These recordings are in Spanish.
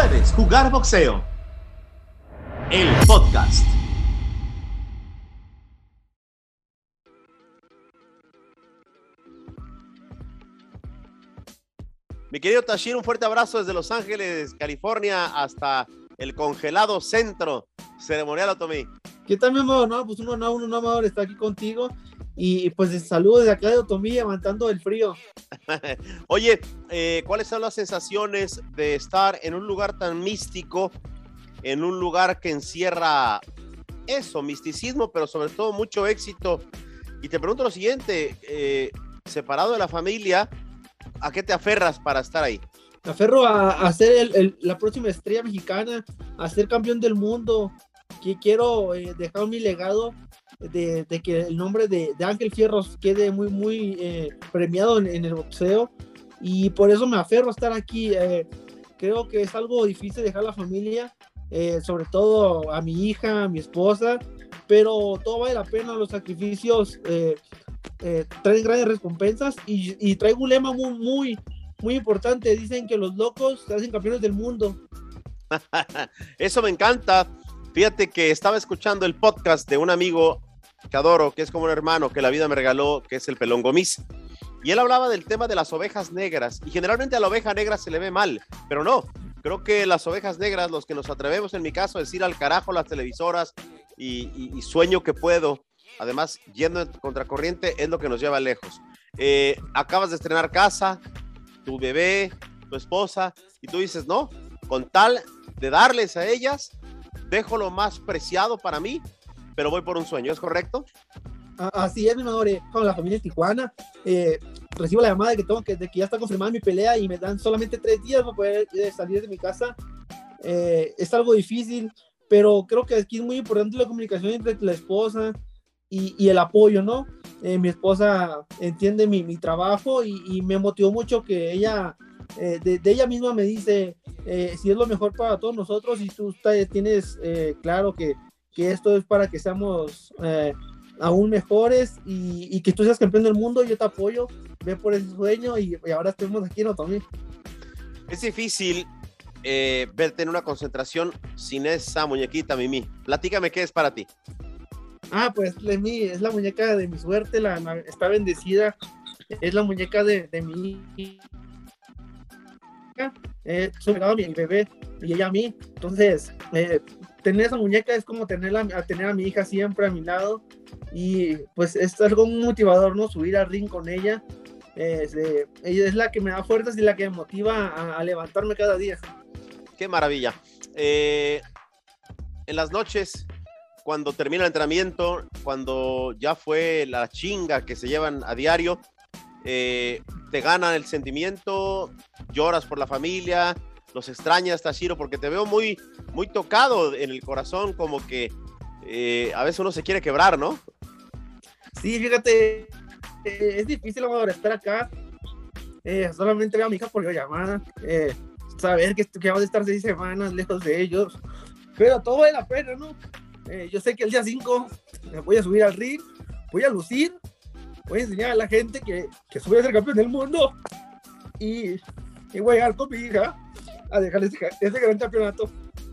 puedes jugar boxeo. El podcast. Mi querido Tashiro, un fuerte abrazo desde Los Ángeles, California, hasta el congelado centro ceremonial Otomí. ¿Qué tal, mi amor? No, pues un honor estar aquí contigo. Y pues saludos desde acá de Otomí, aguantando el frío. Oye, ¿cuáles son las sensaciones de estar en un lugar tan místico, en un lugar que encierra eso, misticismo, pero sobre todo mucho éxito? Y te pregunto lo siguiente, separado de la familia, ¿a qué te aferras para estar ahí? Me aferro a ser la próxima estrella mexicana, a ser campeón del mundo, que quiero dejar mi legado de que el nombre de Ángel Fierros quede muy premiado en el boxeo, y por eso me aferro a estar aquí. Creo que es algo difícil dejar la familia, sobre todo a mi hija, a mi esposa, pero todo vale la pena, los sacrificios traen grandes recompensas, y traigo un lema muy importante. Dicen que los locos se hacen campeones del mundo. Eso me encanta. Fíjate que estaba escuchando el podcast de un amigo que adoro, que es como un hermano que la vida me regaló, que es el Pelón Gomis, y él hablaba del tema de las ovejas negras, y generalmente a la oveja negra se le ve mal, pero no, creo que las ovejas negras, los que nos atrevemos, en mi caso, a decir al carajo las televisoras y sueño que puedo, además yendo en contracorriente, es lo que nos lleva lejos. Acabas de estrenar casa, tu bebé, tu esposa, y tú dices, no, con tal de darles a ellas, dejo lo más preciado para mí, pero voy por un sueño, ¿es correcto? Así es, mi amor. Con la familia en Tijuana, recibo la llamada de que ya está confirmada mi pelea, y me dan solamente 3 días para poder salir de mi casa. Es algo difícil, pero creo que aquí es muy importante la comunicación entre la esposa y el apoyo, ¿no? Mi esposa entiende mi trabajo, y me motivó mucho que ella, de ella misma me dice, si es lo mejor para todos nosotros, y tú tienes claro que esto es para que seamos aún mejores, y que tú seas campeón del mundo, yo te apoyo, ve por ese sueño, y ahora estamos aquí en Otomí. Es difícil verte en una concentración sin esa muñequita, Mimi. Platícame qué es para ti. Pues es la muñeca de mi suerte, está bendecida, es la muñeca de mi hija, a mi bebé y ella a mí. Entonces, tener esa muñeca es como tener a mi hija siempre a mi lado, y pues es algo muy motivador, ¿no? Subir al ring con ella. Ella es la que me da fuerzas y la que me motiva a levantarme cada día. Qué maravilla. En las noches, cuando termina el entrenamiento, cuando ya fue la chinga que se llevan a diario, te ganan el sentimiento, lloras por la familia, los extrañas, Tashiro, porque te veo muy tocado en el corazón, como que a veces uno se quiere quebrar, ¿no? Sí, fíjate, es difícil, Amador, estar acá. Solamente veo a mi hija por llamada, saber que vamos a estar 6 semanas lejos de ellos, pero todo vale la pena, ¿no? Yo sé que el día 5 me voy a subir al ring, voy a lucir, voy a enseñar a la gente que voy a ser campeón del mundo, y voy a llegar con mi hija a dejarles ese gran campeonato.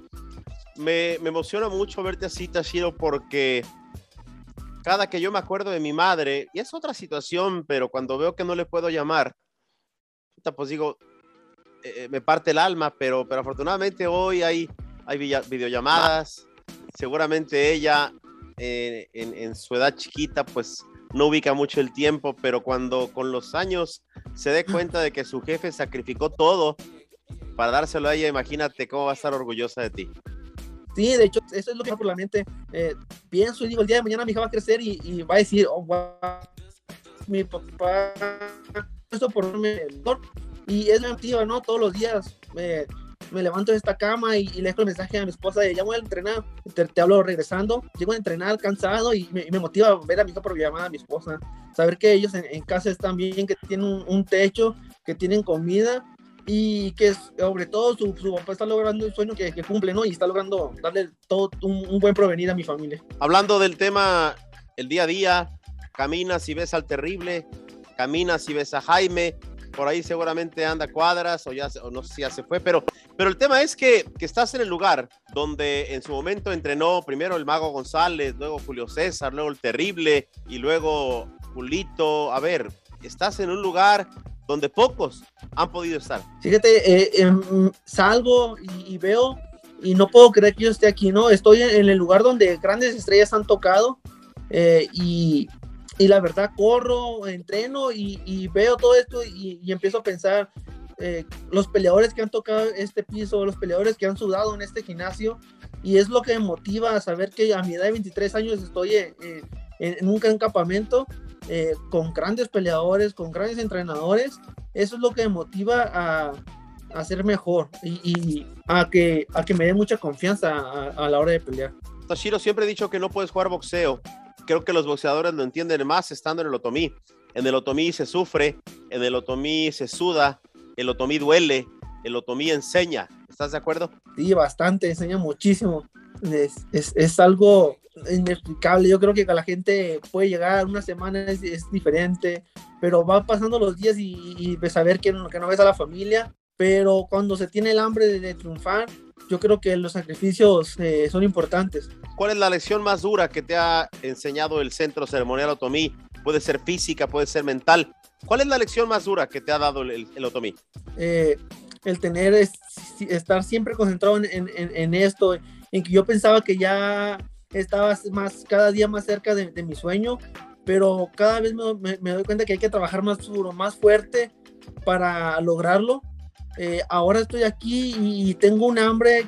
Me emociona mucho verte así, Tashiro, porque cada que yo me acuerdo de mi madre, y es otra situación, pero cuando veo que no le puedo llamar, pues digo, me parte el alma, pero afortunadamente hoy hay videollamadas. Seguramente ella en su edad chiquita pues no ubica mucho el tiempo, pero cuando con los años se dé cuenta de que su jefe sacrificó todo para dárselo a ella, imagínate cómo va a estar orgullosa de ti. Sí, de hecho, eso es lo que me pasa por la mente. Pienso y digo, el día de mañana mi hija va a crecer y va a decir, oh, wow, mi papá esto por mí, y es mentira, ¿no? Todos los días me levanto de esta cama y le dejo el mensaje a mi esposa de ya voy a entrenar, te hablo regresando, llego a entrenar cansado, y me motiva ver a mi hija por llamada, a mi esposa, saber que ellos en casa están bien, que tienen un techo, que tienen comida, y que sobre todo su papá está logrando el sueño que cumple, ¿no? Y está logrando darle todo un buen provenir a mi familia. Hablando del tema, el día a día, caminas y ves al Terrible, caminas y ves a Jaime, por ahí seguramente anda cuadras o no sé si ya se fue, pero el tema es que estás en el lugar donde en su momento entrenó primero el Mago González, luego Julio César, luego el Terrible y luego Julito. A ver, estás en un lugar donde pocos han podido estar. Fíjate, salgo y veo y no puedo creer que yo esté aquí, ¿no? Estoy en el lugar donde grandes estrellas han tocado y la verdad corro, entreno y veo todo esto y empiezo a pensar los peleadores que han tocado este piso, los peleadores que han sudado en este gimnasio, y es lo que me motiva a saber que a mi edad de 23 años estoy en un gran campamento con grandes peleadores, con grandes entrenadores. Eso es lo que me motiva a ser mejor y a que me dé mucha confianza a la hora de pelear. Tashiro, siempre he dicho que no puedes jugar boxeo. Creo que los boxeadores lo entienden más estando en el otomí. En el otomí se sufre, en el otomí se suda, el otomí duele, el otomí enseña. ¿Estás de acuerdo? Sí, bastante, enseña muchísimo. Es algo inexplicable. Yo creo que a la gente puede llegar una semana, es diferente, pero va pasando los días y de saber que no ves a la familia, pero cuando se tiene el hambre de triunfar, yo creo que los sacrificios son importantes. ¿Cuál es la lección más dura que te ha enseñado el Centro Ceremonial Otomí? Puede ser física, puede ser mental. ¿Cuál es la lección más dura que te ha dado el Otomí? El estar siempre concentrado en esto, en que yo pensaba que ya estaba cada día más cerca de mi sueño, pero cada vez me doy cuenta que hay que trabajar más duro, más fuerte para lograrlo. Ahora estoy aquí y tengo un hambre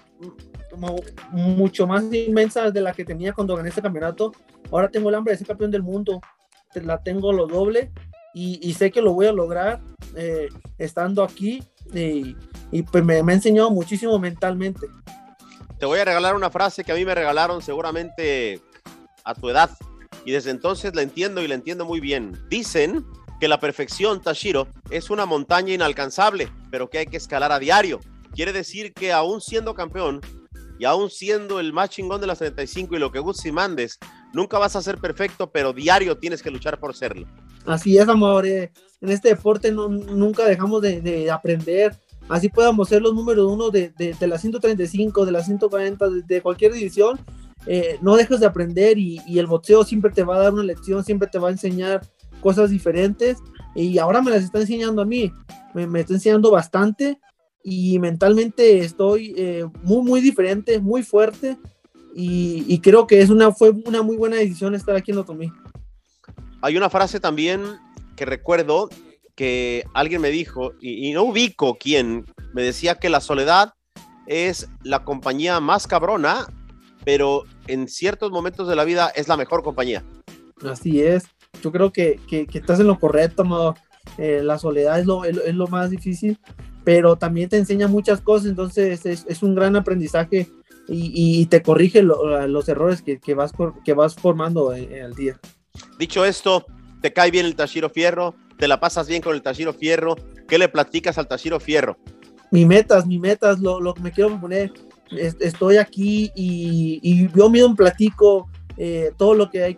mucho más inmensa de la que tenía cuando gané este campeonato. Ahora tengo el hambre de ser campeón del mundo, la tengo lo doble y sé que lo voy a lograr estando aquí y pues me ha enseñado muchísimo mentalmente. Te voy a regalar una frase que a mí me regalaron seguramente a tu edad y desde entonces la entiendo y la entiendo muy bien. Dicen que la perfección, Tashiro, es una montaña inalcanzable, pero que hay que escalar a diario. Quiere decir que aún siendo campeón y aún siendo el más chingón de las 35 y lo que Guzzi mandes, nunca vas a ser perfecto, pero diario tienes que luchar por serlo. Así es, amor. En este deporte nunca dejamos de aprender. Así podamos ser los números uno de las 135, de las 140, de cualquier división. No dejes de aprender y el boxeo siempre te va a dar una lección, siempre te va a enseñar cosas diferentes y ahora me las está enseñando a mí, me está enseñando bastante y mentalmente estoy muy muy diferente, muy fuerte y creo que fue una muy buena decisión estar aquí en Otomí. Hay una frase también que recuerdo que alguien me dijo y no ubico quién, me decía que la soledad es la compañía más cabrona, pero en ciertos momentos de la vida es la mejor compañía. Así es. Yo creo que estás en lo correcto, ¿no? La soledad es lo más difícil, pero también te enseña muchas cosas, entonces es un gran aprendizaje y te corrige los errores que vas formando en el día. Dicho esto, ¿te cae bien el Tashiro Fierro? ¿Te la pasas bien con el Tashiro Fierro? ¿Qué le platicas al Tashiro Fierro? Mis metas, lo que me quiero poner, estoy aquí y yo mismo platico todo lo que hay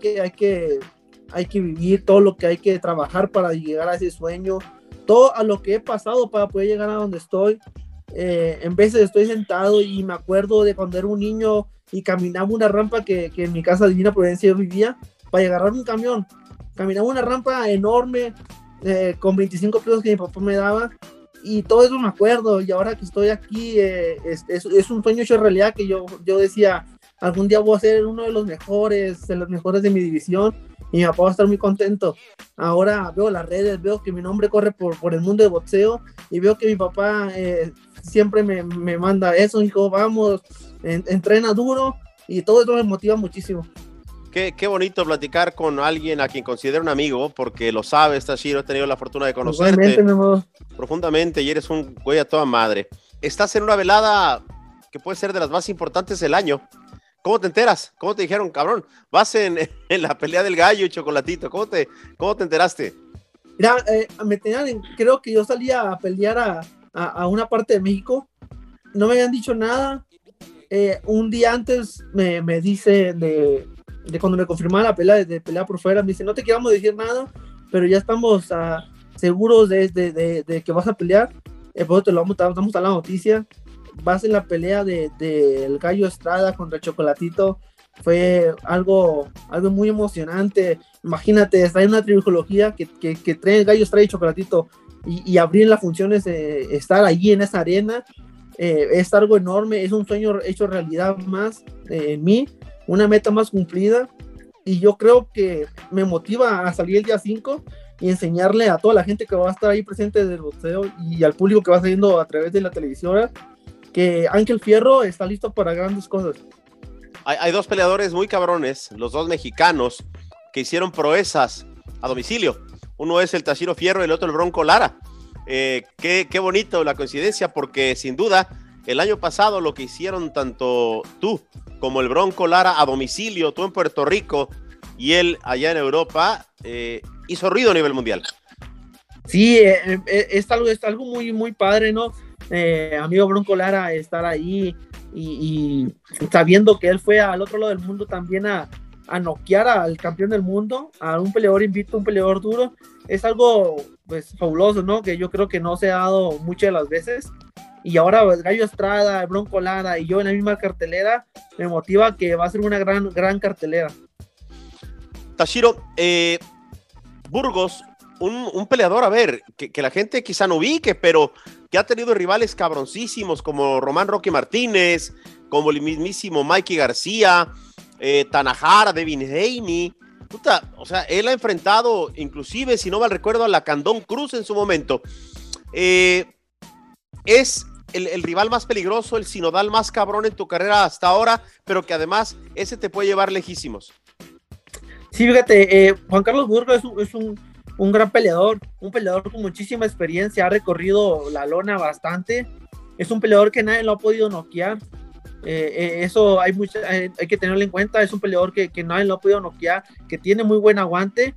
que vivir, todo lo que hay que trabajar para llegar a ese sueño, todo a lo que he pasado para poder llegar a donde estoy. En veces estoy sentado y me acuerdo de cuando era un niño y caminaba una rampa que en mi casa Divina Providencia yo vivía para llegar a un camión. Caminaba una rampa enorme con 25 pesos que mi papá me daba y todo eso me acuerdo, y ahora que estoy aquí es un sueño hecho realidad, que yo decía algún día voy a ser uno de los mejores de mi división y mi papá va a estar muy contento. Ahora veo las redes, veo que mi nombre corre por el mundo de boxeo y veo que mi papá siempre me manda eso, hijo, vamos, entrena duro, y todo eso me motiva muchísimo. Qué bonito platicar con alguien a quien considero un amigo, porque lo sabes, Tashiro, he tenido la fortuna de conocerte profundamente y eres un güey a toda madre. Estás en una velada que puede ser de las más importantes del año. ¿Cómo te enteras? ¿Cómo te dijeron, cabrón? Vas en la pelea del gallo y Chocolatito. ¿Cómo te enteraste? Mira, creo que yo salía a pelear a una parte de México. No me habían dicho nada. Un día antes me dice de cuando me confirmaba la pelea, de pelea por fuera, me dice, no te queramos decir nada, pero ya estamos seguros de que vas a pelear. Por eso te lo vamos a la noticia. Vas en la pelea del Gallo Estrada contra Chocolatito. Fue algo muy emocionante. Imagínate, está en una trilogía que trae el Gallo Estrada y Chocolatito y abrir las funciones, estar allí en esa arena. Es algo enorme, es un sueño hecho realidad más en mí, una meta más cumplida, y yo creo que me motiva a salir el día 5 y enseñarle a toda la gente que va a estar ahí presente del boxeo y al público que va saliendo a través de la televisora que Ángel Fierro está listo para grandes cosas. Hay dos peleadores muy cabrones, los dos mexicanos, que hicieron proezas a domicilio. Uno es el Tashiro Fierro y el otro el Bronco Lara. Qué bonito la coincidencia, porque sin duda el año pasado lo que hicieron tanto tú como el Bronco Lara a domicilio, tú en Puerto Rico y él allá en Europa, hizo ruido a nivel mundial. Sí, es algo muy, muy padre, ¿no? Amigo Bronco Lara, estar ahí y sabiendo que él fue al otro lado del mundo también a noquear al campeón del mundo, a un peleador invicto, un peleador duro, es algo pues fabuloso, ¿no? Que yo creo que no se ha dado muchas de las veces. Y ahora pues, Gallo Estrada, Bronco Lara y yo en la misma cartelera, me motiva que va a ser una gran cartelera. Tashiro, Burgos, un peleador, a ver, que la gente quizá no ubique, pero que ha tenido rivales cabroncísimos como Román Rocky Martínez, como el mismísimo Mikey García, Tanajara, Devin Haney. Puta, o sea, él ha enfrentado, inclusive, si no mal recuerdo, a la Candón Cruz en su momento. Es el rival más peligroso, el sinodal más cabrón en tu carrera hasta ahora, pero que además ese te puede llevar lejísimos. Sí, fíjate, Juan Carlos Burgos es un gran peleador, un peleador con muchísima experiencia, ha recorrido la lona bastante, es un peleador que nadie lo ha podido noquear. Eso hay que tenerlo en cuenta, es un peleador que nadie lo ha podido noquear, que tiene muy buen aguante,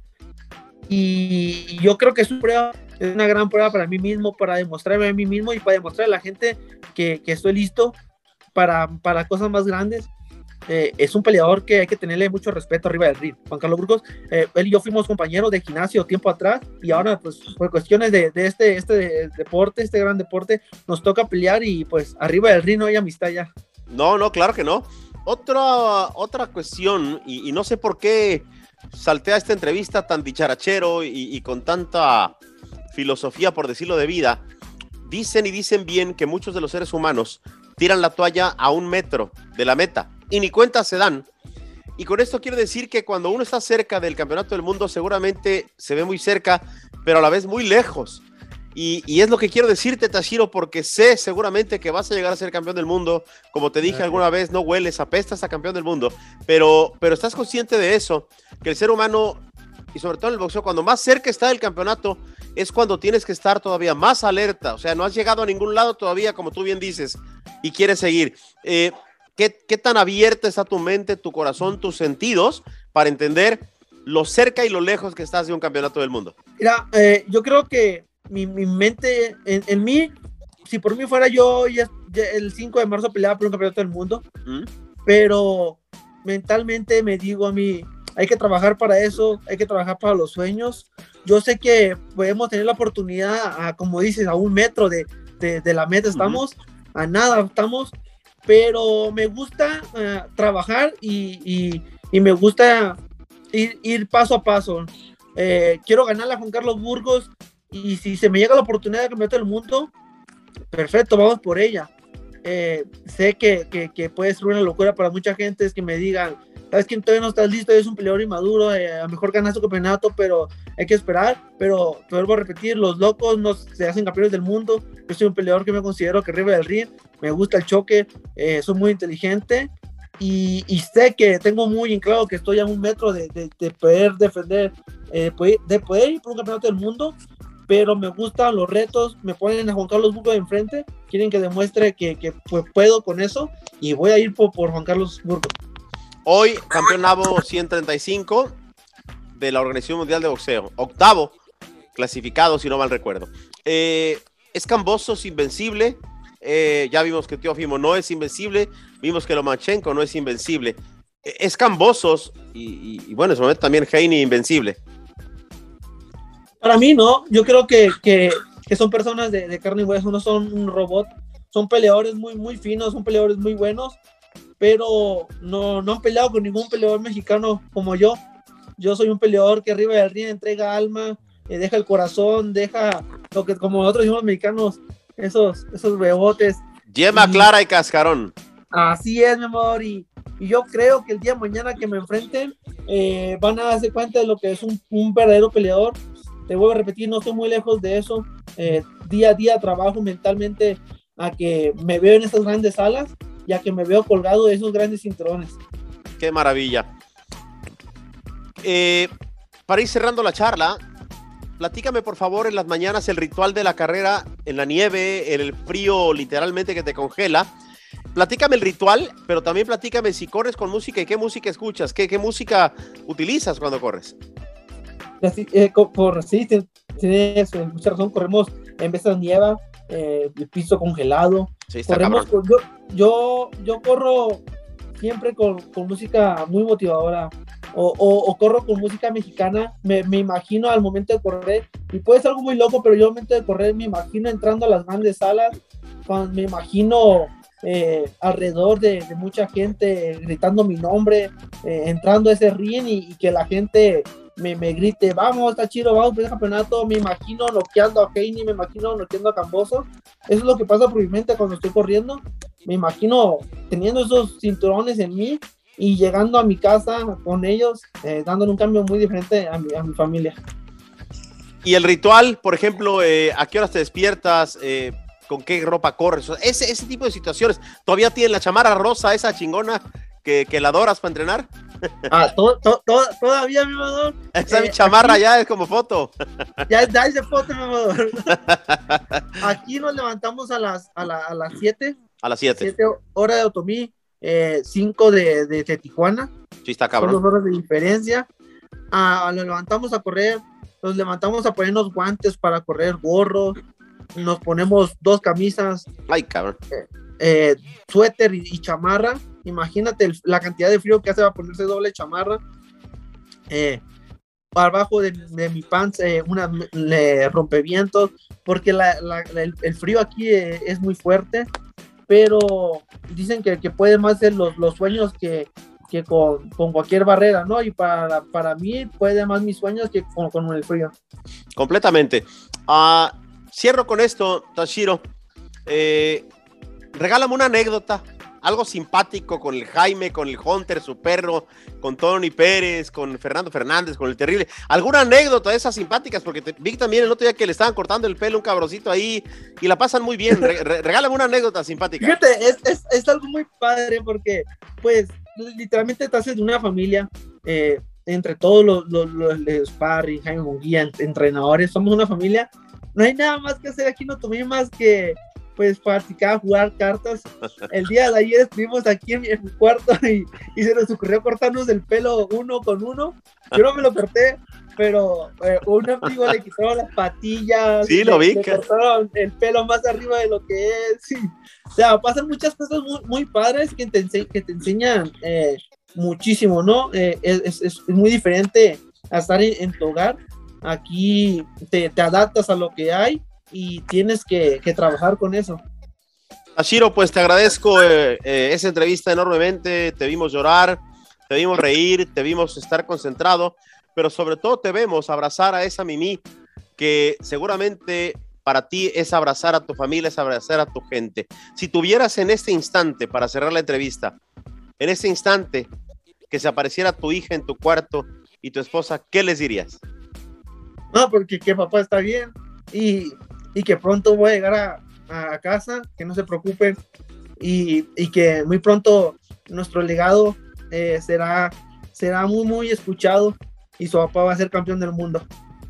y yo creo que es una gran prueba para mí mismo, para demostrarme a mí mismo y para demostrar a la gente que estoy listo para cosas más grandes. Es un peleador que hay que tenerle mucho respeto arriba del ring. Juan Carlos Burgos, él y yo fuimos compañeros de gimnasio tiempo atrás, y ahora pues por cuestiones de este deporte, este gran deporte, nos toca pelear, y pues arriba del ring no hay amistad ya. No, claro que no. Otra cuestión, y no sé por qué saltea esta entrevista tan dicharachero y con tanta filosofía, por decirlo, de vida. Dicen bien que muchos de los seres humanos tiran la toalla a 1 metro de la meta y ni cuenta se dan. Y con esto quiero decir que cuando uno está cerca del campeonato del mundo, seguramente se ve muy cerca, pero a la vez muy lejos. Y es lo que quiero decirte, Tashiro, porque sé seguramente que vas a llegar a ser campeón del mundo. Como te dije alguna vez, no hueles, apestas a campeón del mundo, pero estás consciente de eso, que el ser humano, y sobre todo en el boxeo, cuando más cerca está del campeonato, es cuando tienes que estar todavía más alerta. O sea, no has llegado a ningún lado todavía, como tú bien dices, y quieres seguir. ¿Qué tan abierta está tu mente, tu corazón, tus sentidos para entender lo cerca y lo lejos que estás de un campeonato del mundo? Mira, yo creo que mi mente, en mí, si por mí fuera yo, ya el 5 de marzo peleaba por un campeonato del mundo, pero mentalmente me digo a mí, hay que trabajar para eso, hay que trabajar para los sueños. Yo sé que podemos tener la oportunidad, como dices, a 1 metro de la meta estamos, a nada estamos, pero me gusta trabajar y me gusta ir paso a paso. Quiero ganarle a Juan Carlos Burgos, y si se me llega la oportunidad de campeonato del mundo, perfecto, vamos por ella. Sé que puede ser una locura para mucha gente, es que me digan, sabes que todavía no estás listo, eres un peleador inmaduro, a lo mejor ganas tu campeonato, pero hay que esperar. Pero te vuelvo a repetir, los locos no se hacen campeones del mundo. Yo soy un peleador que me considero que arriba del ring, me gusta el choque, soy muy inteligente, y sé que tengo muy en claro que estoy a 1 metro de poder defender, de poder ir por un campeonato del mundo. Pero me gustan los retos, me ponen a Juan Carlos Burgos enfrente, quieren que demuestre que pues, puedo con eso, y voy a ir por Juan Carlos Burgos. Hoy, campeón NABO 135 de la Organización Mundial de Boxeo, 8º clasificado, si no mal recuerdo. Es Kambosos invencible, ya vimos que Teófimo no es invencible, vimos que Lomachenko no es invencible. Es Kambosos y bueno, en su momento también Haney invencible. Para mí, no. Yo creo que son personas de carne y hueso, no son un robot. Son peleadores muy, muy finos, son peleadores muy buenos, pero no han peleado con ningún peleador mexicano como yo. Yo soy un peleador que arriba del ring entrega alma, deja el corazón, deja lo que, como nosotros decimos mexicanos, esos bebotes. Yema clara y cascarón. Así es, mi amor, y yo creo que el día de mañana que me enfrenten, van a darse cuenta de lo que es un verdadero peleador. Te vuelvo a repetir, no estoy muy lejos de eso. Día a día trabajo mentalmente a que me veo en esas grandes salas y a que me veo colgado de esos grandes cinturones. Qué maravilla. Para ir cerrando la charla, platícame por favor en las mañanas el ritual de la carrera en la nieve, en el frío literalmente que te congela. Platícame el ritual, pero también platícame si corres con música y qué música escuchas, qué música utilizas cuando corres. Sí, tienes mucha razón, corremos en vez de nieva, el piso congelado. Sí, está corremos yo corro siempre con música muy motivadora, o corro con música mexicana. Me imagino al momento de correr, y puede ser algo muy loco, pero yo al momento de correr me imagino entrando a las grandes salas, me imagino alrededor de mucha gente gritando mi nombre, entrando a ese ring y que la gente me grite, vamos, está chido, vamos por el campeonato. Me imagino noqueando a Heini, me imagino noqueando a Camboso. Eso es lo que pasa por mi mente cuando estoy corriendo. Me imagino teniendo esos cinturones en mí y llegando a mi casa con ellos, dándole un cambio muy diferente a mi familia. Y el ritual, por ejemplo, ¿a qué horas te despiertas? ¿Con qué ropa corres? Ese tipo de situaciones. ¿Todavía tienes la chamarra rosa, esa chingona que la adoras para entrenar? Todavía, mi amador. Esa chamarra aquí, ya es como foto. Ya es de foto, mi amador. Aquí nos levantamos a las 7. A las 7. 7 horas de Otomí, 5 de Tijuana. Sí, está cabrón. Son 2 horas de diferencia. Nos levantamos a correr, nos levantamos a ponernos guantes para correr, gorros, nos ponemos 2 camisas. Ay, cabrón. Suéter y chamarra. Imagínate la cantidad de frío que hace a ponerse doble chamarra. Abajo de mi pants, una rompevientos, porque el frío aquí es muy fuerte, pero dicen que puede más ser los sueños que con cualquier barrera, ¿no? Y para mí puede más mis sueños que con el frío. Completamente. Cierro con esto, Tashiro. Regálame una anécdota, algo simpático con el Jaime, con el Hunter, su perro, con Tony Pérez, con Fernando Fernández, con el Terrible. ¿Alguna anécdota de esas simpáticas? Porque vi también el otro día que le estaban cortando el pelo a un cabroncito ahí y la pasan muy bien. Regálame una anécdota simpática. Fíjate, es algo muy padre porque, pues, literalmente te haces de una familia, entre todos los sparring, Jaime Munguía, entrenadores, somos una familia. No hay nada más que hacer aquí, no tuvimos más que pues practicar, jugar cartas. El día de ayer estuvimos aquí en mi cuarto y se nos ocurrió cortarnos el pelo uno con uno. Yo no me lo corté, pero un amigo le quitaron las patillas. Sí, lo vi. Le cortaron el pelo más arriba de lo que es. Sí. O sea, pasan muchas cosas muy, muy padres que te enseñan muchísimo, ¿no? Es muy diferente a estar en tu hogar. Aquí te adaptas a lo que hay y tienes que trabajar con eso. Tashiro, pues te agradezco esa entrevista enormemente. Te vimos llorar, te vimos reír, te vimos estar concentrado, pero sobre todo te vemos abrazar a esa Mimi que seguramente para ti es abrazar a tu familia, es abrazar a tu gente. Si tuvieras en este instante, para cerrar la entrevista, en este instante que se apareciera tu hija en tu cuarto y tu esposa, ¿qué les dirías? No, porque que papá está bien y que pronto voy a llegar a casa, que no se preocupen y que muy pronto nuestro legado será muy, muy escuchado y su papá va a ser campeón del mundo.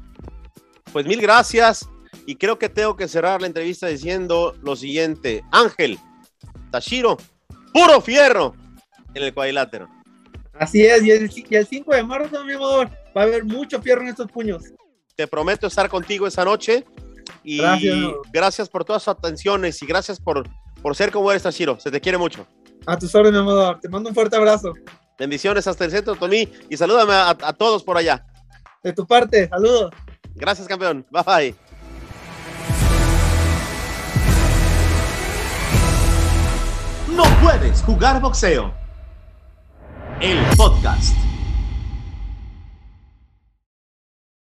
Pues mil gracias y creo que tengo que cerrar la entrevista diciendo lo siguiente. Ángel, Tashiro, puro fierro en el cuadrilátero. Así es, y el 5 de marzo, mi amor, va a haber mucho fierro en estos puños. Te prometo estar contigo esa noche y gracias por todas sus atenciones y gracias por ser como eres, Tashiro. Se te quiere mucho. A tus órdenes, mi amor. Te mando un fuerte abrazo. Bendiciones hasta el centro, Tony, y salúdame a todos por allá. De tu parte, saludos. Gracias, campeón. Bye bye. No puedes jugar boxeo. El podcast.